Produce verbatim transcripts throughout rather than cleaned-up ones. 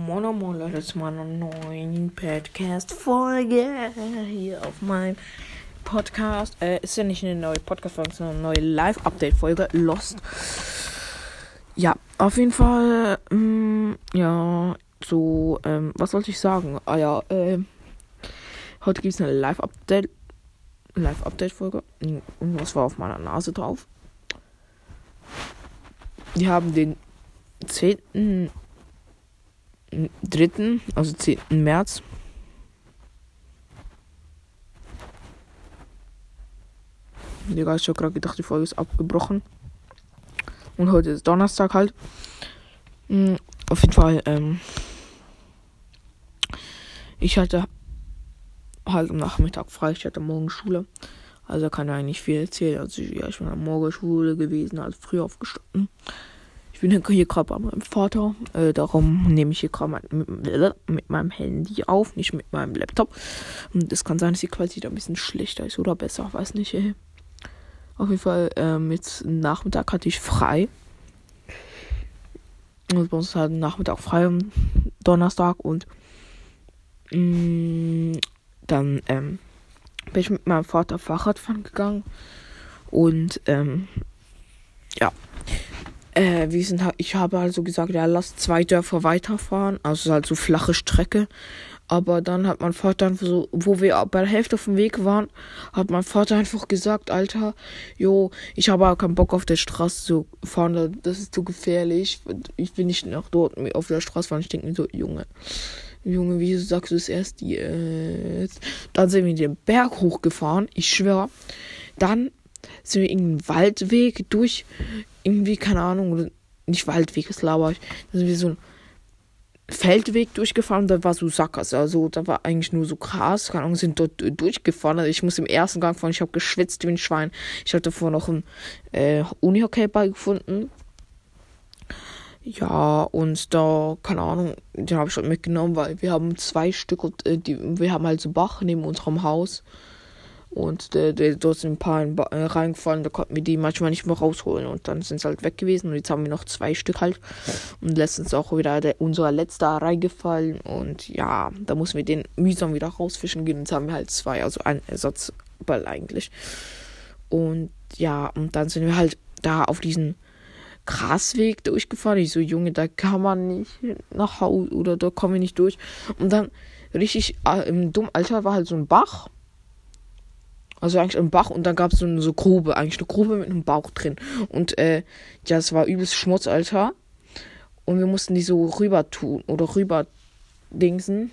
Mono Mono, Leute, zu meiner neuen Podcast-Folge hier auf meinem Podcast. Äh, ist ja nicht eine neue Podcast-Folge, sondern eine neue Live-Update-Folge, Lost. Ja, auf jeden Fall, ähm, ja, so, ähm, was wollte ich sagen? Ah ja, äh, heute gibt es eine Live-Update, Live-Update-Folge. Irgendwas war auf meiner Nase drauf. Wir haben den zehnten dritten, also zehnten März. Digga, ich hab gerade gedacht, die Folge ist abgebrochen. Und heute ist Donnerstag halt. Mhm, auf jeden Fall, ähm, ich hatte halt am Nachmittag frei, ich hatte morgen Schule. Also kann ich eigentlich viel erzählen. Also ja, ich bin am Morgen Schule gewesen, also früh aufgestanden. Ich bin hier gerade bei meinem Vater. Äh, darum nehme ich hier gerade mit, mit meinem Handy auf, nicht mit meinem Laptop. Und es kann sein, dass die Qualität ein bisschen schlechter ist oder besser, weiß nicht. Ey. Auf jeden Fall, ähm, jetzt Nachmittag hatte ich frei. Und bei uns halt Nachmittag frei am Donnerstag. Und mh, dann ähm, bin ich mit meinem Vater Fahrradfahren gegangen. Und ähm, ja. Äh, wir sind, ich habe also gesagt, ja, lass zwei Dörfer weiterfahren. Also es ist halt so flache Strecke. Aber dann hat mein Vater einfach so, wo wir bei der Hälfte vom Weg waren, hat mein Vater einfach gesagt, Alter, jo, ich habe aber keinen Bock auf der Straße zu fahren, das ist zu gefährlich. Ich will nicht nach dort auf der Straße fahren. Ich denke mir so, Junge, Junge, wieso sagst du es erst jetzt? Dann sind wir den Berg hochgefahren, ich schwöre. Dann sind wir irgendeinen Waldweg durch, irgendwie, keine Ahnung, nicht Waldweg, das laber ich. Da sind wir so einen Feldweg durchgefahren, da war so Sackgasse, also da war eigentlich nur so Gras, keine Ahnung, sind dort durchgefahren. Also ich muss im ersten Gang fahren, ich habe geschwitzt wie ein Schwein. Ich habe davor noch einen äh, Unihockey-Ball gefunden. Ja, und da, keine Ahnung, den habe ich schon mitgenommen, weil wir haben zwei Stück und äh, die, wir haben halt so Bach neben unserem Haus. Und äh, dort sind ein paar in ba- äh, reingefallen, da konnten wir die manchmal nicht mehr rausholen. Und dann sind sie halt weg gewesen. Und jetzt haben wir noch zwei Stück halt. Und letztens auch wieder der, unser letzter reingefallen. Und ja, da mussten wir den mühsam wieder rausfischen gehen. Und jetzt haben wir halt zwei, also ein Ersatzball eigentlich. Und ja, und dann sind wir halt da auf diesen Grasweg durchgefahren. Ich so, Junge, da kann man nicht nach Hause oder da kommen wir nicht durch. Und dann richtig äh, im dummen Alter war halt so ein Bach. Also eigentlich ein Bach und dann gab es so eine so Grube, eigentlich eine Grube mit einem Bauch drin. Und äh, ja, es war übelst Schmutz, Alter. Und wir mussten die so rüber tun oder rüber dingsen.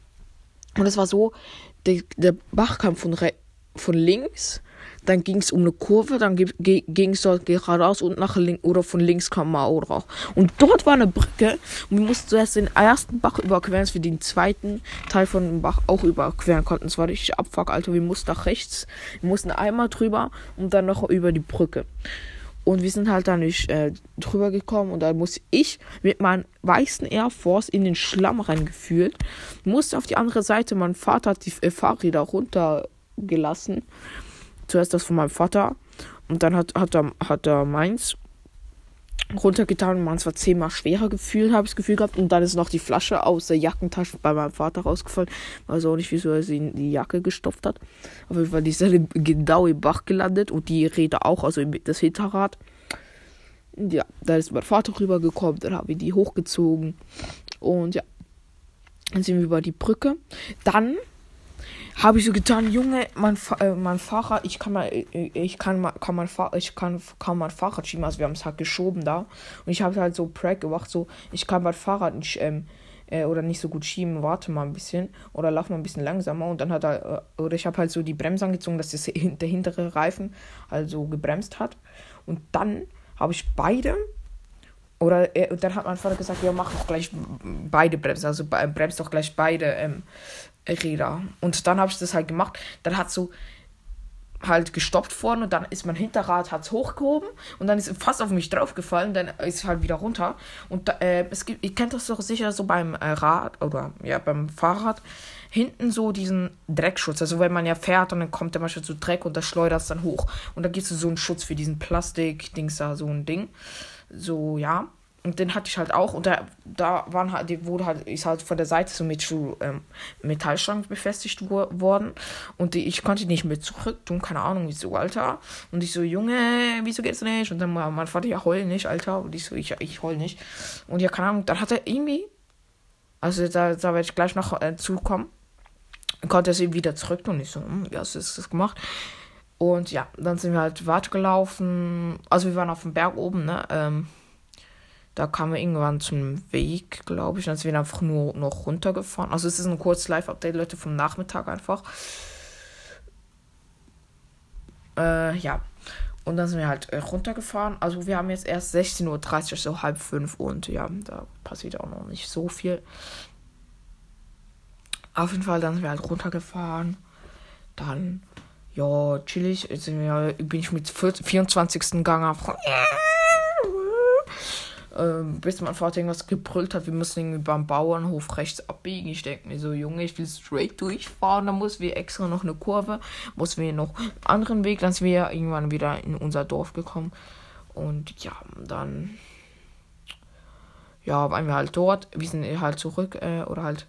Und es war so, der, der Bach kam von, re- von links, dann ging es um eine Kurve, dann ging es dort geradeaus und nach links, oder von links kam mal auch drauf. Und dort war eine Brücke und wir mussten zuerst den ersten Bach überqueren, dass wir den zweiten Teil von dem Bach auch überqueren konnten. Es war richtig Abfuck, Alter. Wir mussten nach rechts, wir mussten einmal drüber und dann noch über die Brücke. Und wir sind halt da nicht äh, drüber gekommen und dann musste ich mit meinem weißen Air Force in den Schlamm reingefühlt, musste auf die andere Seite, mein Vater hat die äh, Fahrräder runtergelassen. Zuerst das von meinem Vater und dann hat, hat, er, hat er meins runtergetan und meins war zehnmal schwerer gefühlt, habe ich das Gefühl gehabt. Und dann ist noch die Flasche aus der Jackentasche bei meinem Vater rausgefallen. Weiß auch nicht, wieso er sie in die Jacke gestopft hat. Auf jeden Fall, die ist dann genau im Bach gelandet und die Räder auch, also das Hinterrad. Und ja, da ist mein Vater rübergekommen, dann haben wir die hochgezogen. Und ja, dann sind wir über die Brücke. Dann habe ich so getan, Junge, mein, äh, mein Fahrrad, ich kann mal, ich kann mal, kann mein Fahrrad, ich kann kaum mein Fahrrad schieben, also wir haben es halt geschoben da und ich habe halt so Prank gemacht, so, ich kann mein Fahrrad nicht, ähm, äh, oder nicht so gut schieben, warte mal ein bisschen oder lauf mal ein bisschen langsamer und dann hat er, äh, oder ich habe halt so die Bremse angezogen, dass das, der hintere Reifen also gebremst hat und dann habe ich beide Oder äh, dann hat mein Vater gesagt, ja, mach doch gleich beide Bremsen, also be- bremst doch gleich beide ähm, Räder. Und dann habe ich das halt gemacht. Dann hat so halt gestoppt vorne und dann ist mein Hinterrad hat's hochgehoben und dann ist es fast auf mich draufgefallen, dann ist es halt wieder runter. Und äh, es gibt, ihr kennt das doch sicher so beim äh, Rad oder ja beim Fahrrad, hinten so diesen Dreckschutz. Also wenn man ja fährt und dann kommt der manchmal zu Dreck und das schleudert es dann hoch. Und da gibt es so einen Schutz für diesen Plastik-Dings da, so ein Ding. So, ja. Und den hatte ich halt auch. Und da, da waren halt, die wurde halt, ist halt von der Seite so mit so ähm, Metallstangen befestigt wo, worden. Und die, ich konnte die nicht mehr zurück tun, keine Ahnung, wieso, Alter. Und ich so, Junge, wieso geht's nicht? Und dann mein Vater, ja, heul nicht, Alter. Und ich so, ich, ich heul nicht. Und ja, keine Ahnung, dann hat er irgendwie, also da, da werde ich gleich noch äh, zukommen, konnte er sie wieder zurück tun. Und ich so, hm, ja, was ist das gemacht? Und ja, dann sind wir halt weitergelaufen. Also wir waren auf dem Berg oben, ne, ähm, da kamen wir irgendwann zum Weg, glaube ich. Dann sind wir einfach nur noch runtergefahren. Also es ist ein kurzes Live-Update, Leute, vom Nachmittag einfach. Äh, ja. Und dann sind wir halt äh, runtergefahren. Also wir haben jetzt erst sechzehn Uhr dreißig, so halb fünf. Und ja, da passiert auch noch nicht so viel. Auf jeden Fall, dann sind wir halt runtergefahren. Dann, ja, chillig. Jetzt sind wir, bin ich mit vierundzwanzigsten Gang auf. Ähm, bis mein Vater irgendwas gebrüllt hat, wir müssen irgendwie beim Bauernhof rechts abbiegen. Ich denke mir so, Junge, ich will straight durchfahren, dann muss wir extra noch eine Kurve, muss wir noch einen anderen Weg, dann sind wir irgendwann wieder in unser Dorf gekommen. Und ja, dann ja, waren wir halt dort, wir sind halt zurück, äh, oder halt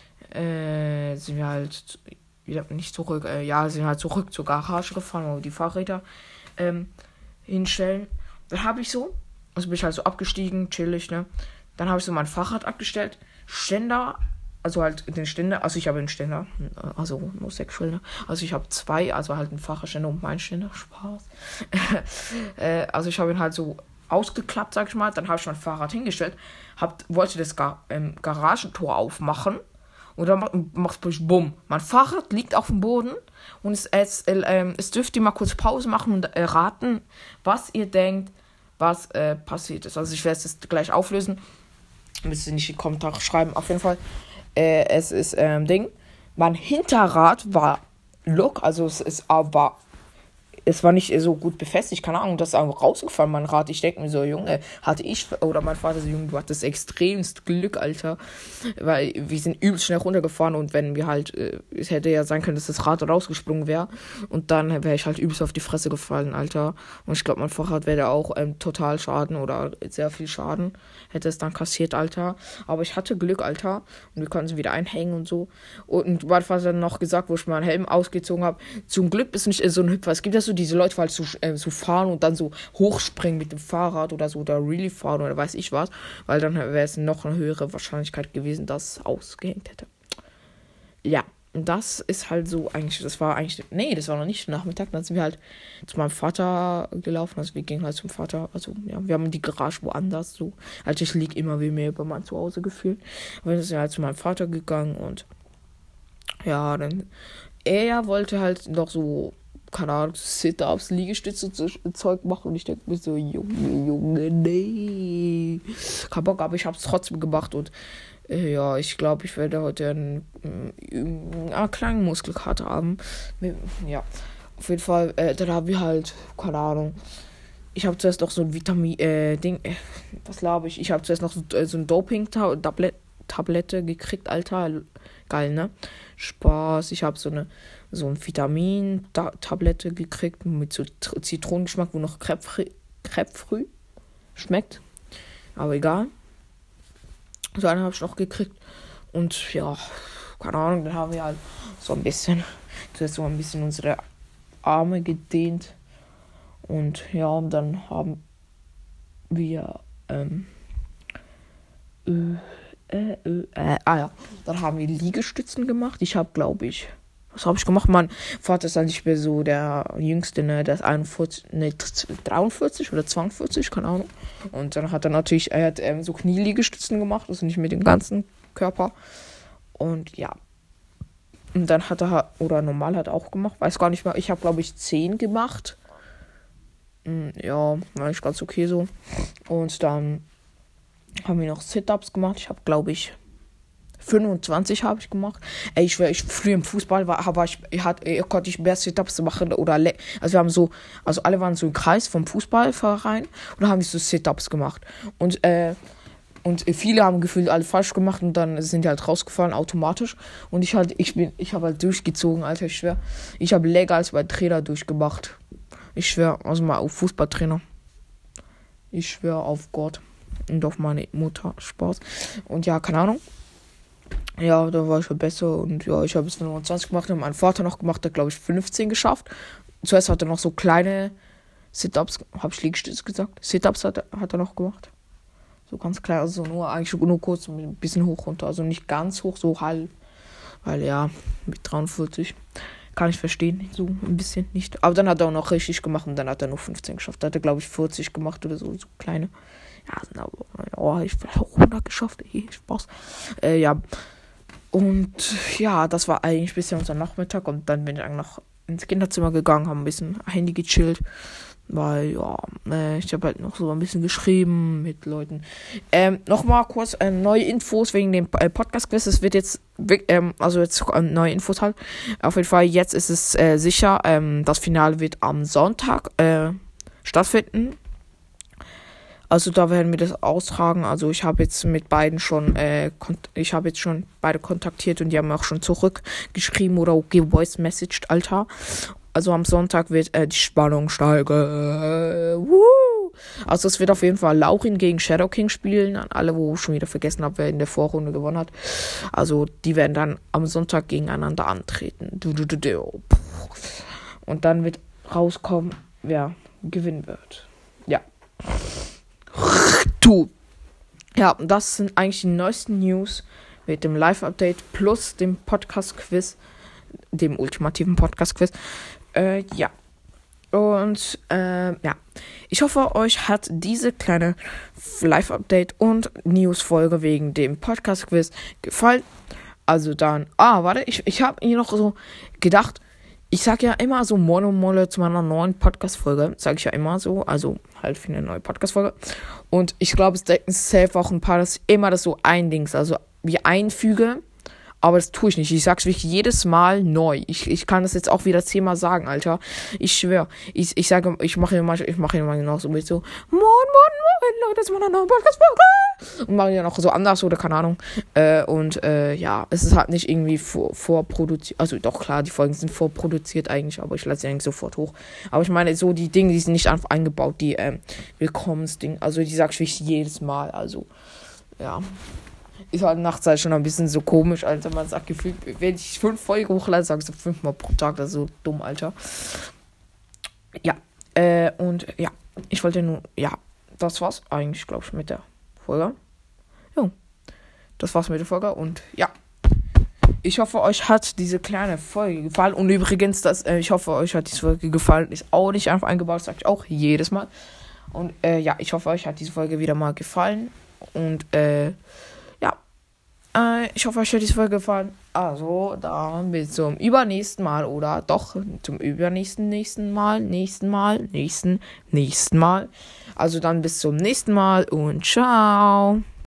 äh, sind wir halt wieder nicht zurück, äh, ja, sind halt zurück zur Garage gefahren, wo wir die Fahrräder ähm, hinstellen. Dann habe ich so Also bin ich halt so abgestiegen, chillig, ne? Dann habe ich so mein Fahrrad abgestellt. Ständer, also halt den Ständer, also ich habe einen Ständer, also nur sexuell, ne? Also ich habe zwei, also halt einen Fahrradständer und meinen Ständer, Spaß. äh, also ich habe ihn halt so ausgeklappt, sag ich mal. Dann habe ich mein Fahrrad hingestellt, hab, wollte das Gar- ähm, Garagentor aufmachen. Und dann macht es bumm. Mein Fahrrad liegt auf dem Boden. Und es, es, äh, es dürft ihr mal kurz Pause machen und erraten, was ihr denkt, was äh, passiert ist. Also ich werde es gleich auflösen. Müsst ihr nicht in die Kommentare schreiben. Auf jeden Fall, äh, es ist ähm, Ding. Mein Hinterrad war lock, also es ist aber es war nicht so gut befestigt, keine Ahnung, das ist einfach rausgefallen, mein Rad. Ich denke mir so, Junge, hatte ich, oder mein Vater so, Junge, du hattest extremst Glück, Alter. Weil wir sind übelst schnell runtergefahren und wenn wir halt, äh, es hätte ja sein können, dass das Rad rausgesprungen wäre und dann wäre ich halt übelst auf die Fresse gefallen, Alter. Und ich glaube, mein Fahrrad wäre auch ähm, total Schaden oder sehr viel Schaden, hätte es dann kassiert, Alter. Aber ich hatte Glück, Alter. Und wir konnten sie wieder einhängen und so. Und mein Vater hat dann noch gesagt, wo ich meinen Helm ausgezogen habe, zum Glück bist du nicht so ein Hüpfer. Es gibt ja so diese Leute, die halt so, äh, so fahren und dann so hochspringen mit dem Fahrrad oder so oder really fahren oder weiß ich was, weil dann wäre es noch eine höhere Wahrscheinlichkeit gewesen, dass es ausgehängt hätte. Ja, und das ist halt so eigentlich, das war eigentlich, nee, das war noch nicht Nachmittag, dann sind wir halt zu meinem Vater gelaufen, also wir gingen halt zum Vater, also ja, wir haben die Garage woanders, so, also ich liege immer wie mehr über mein Zuhause gefühlt, aber wir sind halt zu meinem Vater gegangen und ja, dann, er wollte halt noch so, keine Ahnung, Sit-Ups, Liegestütze, Zeug machen und ich denke mir so, Junge, Junge, nee. Kein Bock, aber ich habe es trotzdem gemacht und äh, ja, ich glaube, ich werde heute einen, äh, einen kleinen Muskelkater haben. Ja, auf jeden Fall, äh, dann haben wir halt, keine Ahnung, ich habe zuerst noch so ein Vitamin, äh, Ding, äh, was glaube ich, ich habe zuerst noch so, äh, so ein Doping-Tablette gekriegt, Alter, geil, ne? Spaß, ich habe so eine so ein Vitamin-Tablette gekriegt mit so Zitronengeschmack, wo noch Crepefrü schmeckt. Aber egal. So eine habe ich noch gekriegt. Und ja, keine Ahnung, dann haben wir halt so ein bisschen, zuerst so ein bisschen unsere Arme gedehnt. Und ja, und dann haben wir, ähm, äh, äh, äh, äh, ah ja, dann haben wir Liegestützen gemacht. Ich habe, glaube ich, was habe ich gemacht? Mein Vater ist eigentlich mehr so der Jüngste, ne? Der ist einundvierzig, ne, dreiundvierzig oder zweiundvierzig, keine Ahnung. Und dann hat er natürlich, er hat ähm, so Knieliegestützen gemacht, also nicht mit dem ganzen Körper. Und ja. Und dann hat er, oder normal hat er auch gemacht, weiß gar nicht mehr. Ich habe, glaube ich, zehn gemacht. Ja, war eigentlich ganz okay so. Und dann haben wir noch Sit-Ups gemacht. Ich habe, glaube ich, fünfundzwanzig habe ich gemacht. Ey, ich, ich früher im Fußball war, aber ich, ich hat, ich, konnte ich mehr Sit-Ups machen oder le- also wir haben so, also alle waren so im Kreis vom Fußballverein und dann haben wir so Sit-Ups gemacht und äh, und viele haben gefühlt alle falsch gemacht und dann sind die halt rausgefallen automatisch und ich halt ich bin ich habe halt durchgezogen, Alter, ich schwör, ich habe länger als mein Trainer durchgemacht. Ich schwör, also mal auf Fußballtrainer. Ich schwör auf Gott. und auf meine Mutter. Spaß. Und ja, keine Ahnung. Ja, da war ich schon besser und ja, ich habe es fünfundzwanzig gemacht und mein Vater noch gemacht, hat glaube ich fünfzehn geschafft. Zuerst hat er noch so kleine Sit-Ups, habe ich Liegestütze gesagt? Sit-Ups hat er, hat er noch gemacht. So ganz klein, also nur eigentlich nur kurz ein bisschen hoch runter, also nicht ganz hoch, so halb. Weil ja, mit dreiundvierzig kann ich verstehen, so ein bisschen nicht. Aber dann hat er auch noch richtig gemacht und dann hat er nur fünfzehn geschafft. Da hat er glaube ich vierzig gemacht oder so, so kleine. Ja, sind aber, oh, ich habe auch hundert geschafft, ey, Spaß. Äh, ja. Und ja, das war eigentlich ein bisschen unser Nachmittag und dann bin ich eigentlich noch ins Kinderzimmer gegangen, habe ein bisschen Handy gechillt, weil ja, äh, ich habe halt noch so ein bisschen geschrieben mit Leuten. Ähm, nochmal kurz äh, neue Infos wegen dem äh, Podcast-Quiz. Es wird jetzt, ähm, also jetzt äh, neue Infos halt. Auf jeden Fall, jetzt ist es äh, sicher, ähm, das Finale wird am Sonntag äh, stattfinden. Also da werden wir das austragen. Also ich habe jetzt mit beiden schon, äh, kont- ich habe jetzt schon beide kontaktiert und die haben auch schon zurückgeschrieben oder gevoice-messaged, Alter. Also am Sonntag wird äh, die Spannung steigen. Äh, woo! Also es wird auf jeden Fall Laurin gegen Shadow King spielen. An alle, wo ich schon wieder vergessen habe, wer in der Vorrunde gewonnen hat. Also die werden dann am Sonntag gegeneinander antreten. Du, du, du, du. Und dann wird rauskommen, wer gewinnen wird. Ja. Du. Ja, das sind eigentlich die neuesten News mit dem Live-Update plus dem Podcast-Quiz, dem ultimativen Podcast-Quiz. Äh, ja. Und, äh, ja. Ich hoffe, euch hat diese kleine Live-Update und News-Folge wegen dem Podcast-Quiz gefallen. Also dann, ah, warte, ich, ich habe hier noch so gedacht, ich sage ja immer so Mono Molle zu meiner neuen Podcast-Folge. Sage ich ja immer so. Also halt für eine neue Podcast-Folge. Und ich glaube, es denken safe auch ein paar, dass ich immer das so eindings, also wie einfüge. Aber das tue ich nicht. Ich sag's wirklich jedes Mal neu. Ich, ich kann das jetzt auch wieder zehnmal sagen, Alter. Ich schwöre. Ich, ich sage, ich mache immer, ich mache immer noch so mit so, Moin, Moin, Moin, Leute, das ist meine neue Podcast-Folge. Und mache ja noch so anders oder keine Ahnung. Äh, und, äh, ja, es ist halt nicht irgendwie vor, vorproduziert. Also doch, klar, die Folgen sind vorproduziert eigentlich, aber ich lasse sie eigentlich sofort hoch. Aber ich meine, so die Dinge, die sind nicht einfach eingebaut, die, ähm, Willkommensding. Also die sag ich wirklich jedes Mal. Also, ja. Ist halt nachts halt schon ein bisschen so komisch, Alter. Man sagt gefühlt, wenn ich fünf Folgen hochlade, sage ich so fünfmal pro Tag. Das ist so dumm, Alter. Ja, äh, und ja, ich wollte nur, ja, das war's eigentlich, glaube ich, mit der Folge. Jo, das war's mit der Folge und ja. Ich hoffe, euch hat diese kleine Folge gefallen. Und übrigens, das, äh, ich hoffe, euch hat diese Folge gefallen. Ist auch nicht einfach eingebaut, das sage ich auch jedes Mal. Und äh, ja, ich hoffe, euch hat diese Folge wieder mal gefallen. Und äh, Äh, ich hoffe, euch hat diese Folge gefallen. Also, dann bis zum übernächsten Mal oder doch zum übernächsten nächsten Mal, nächsten Mal, nächsten, nächsten Mal. Also dann bis zum nächsten Mal und ciao.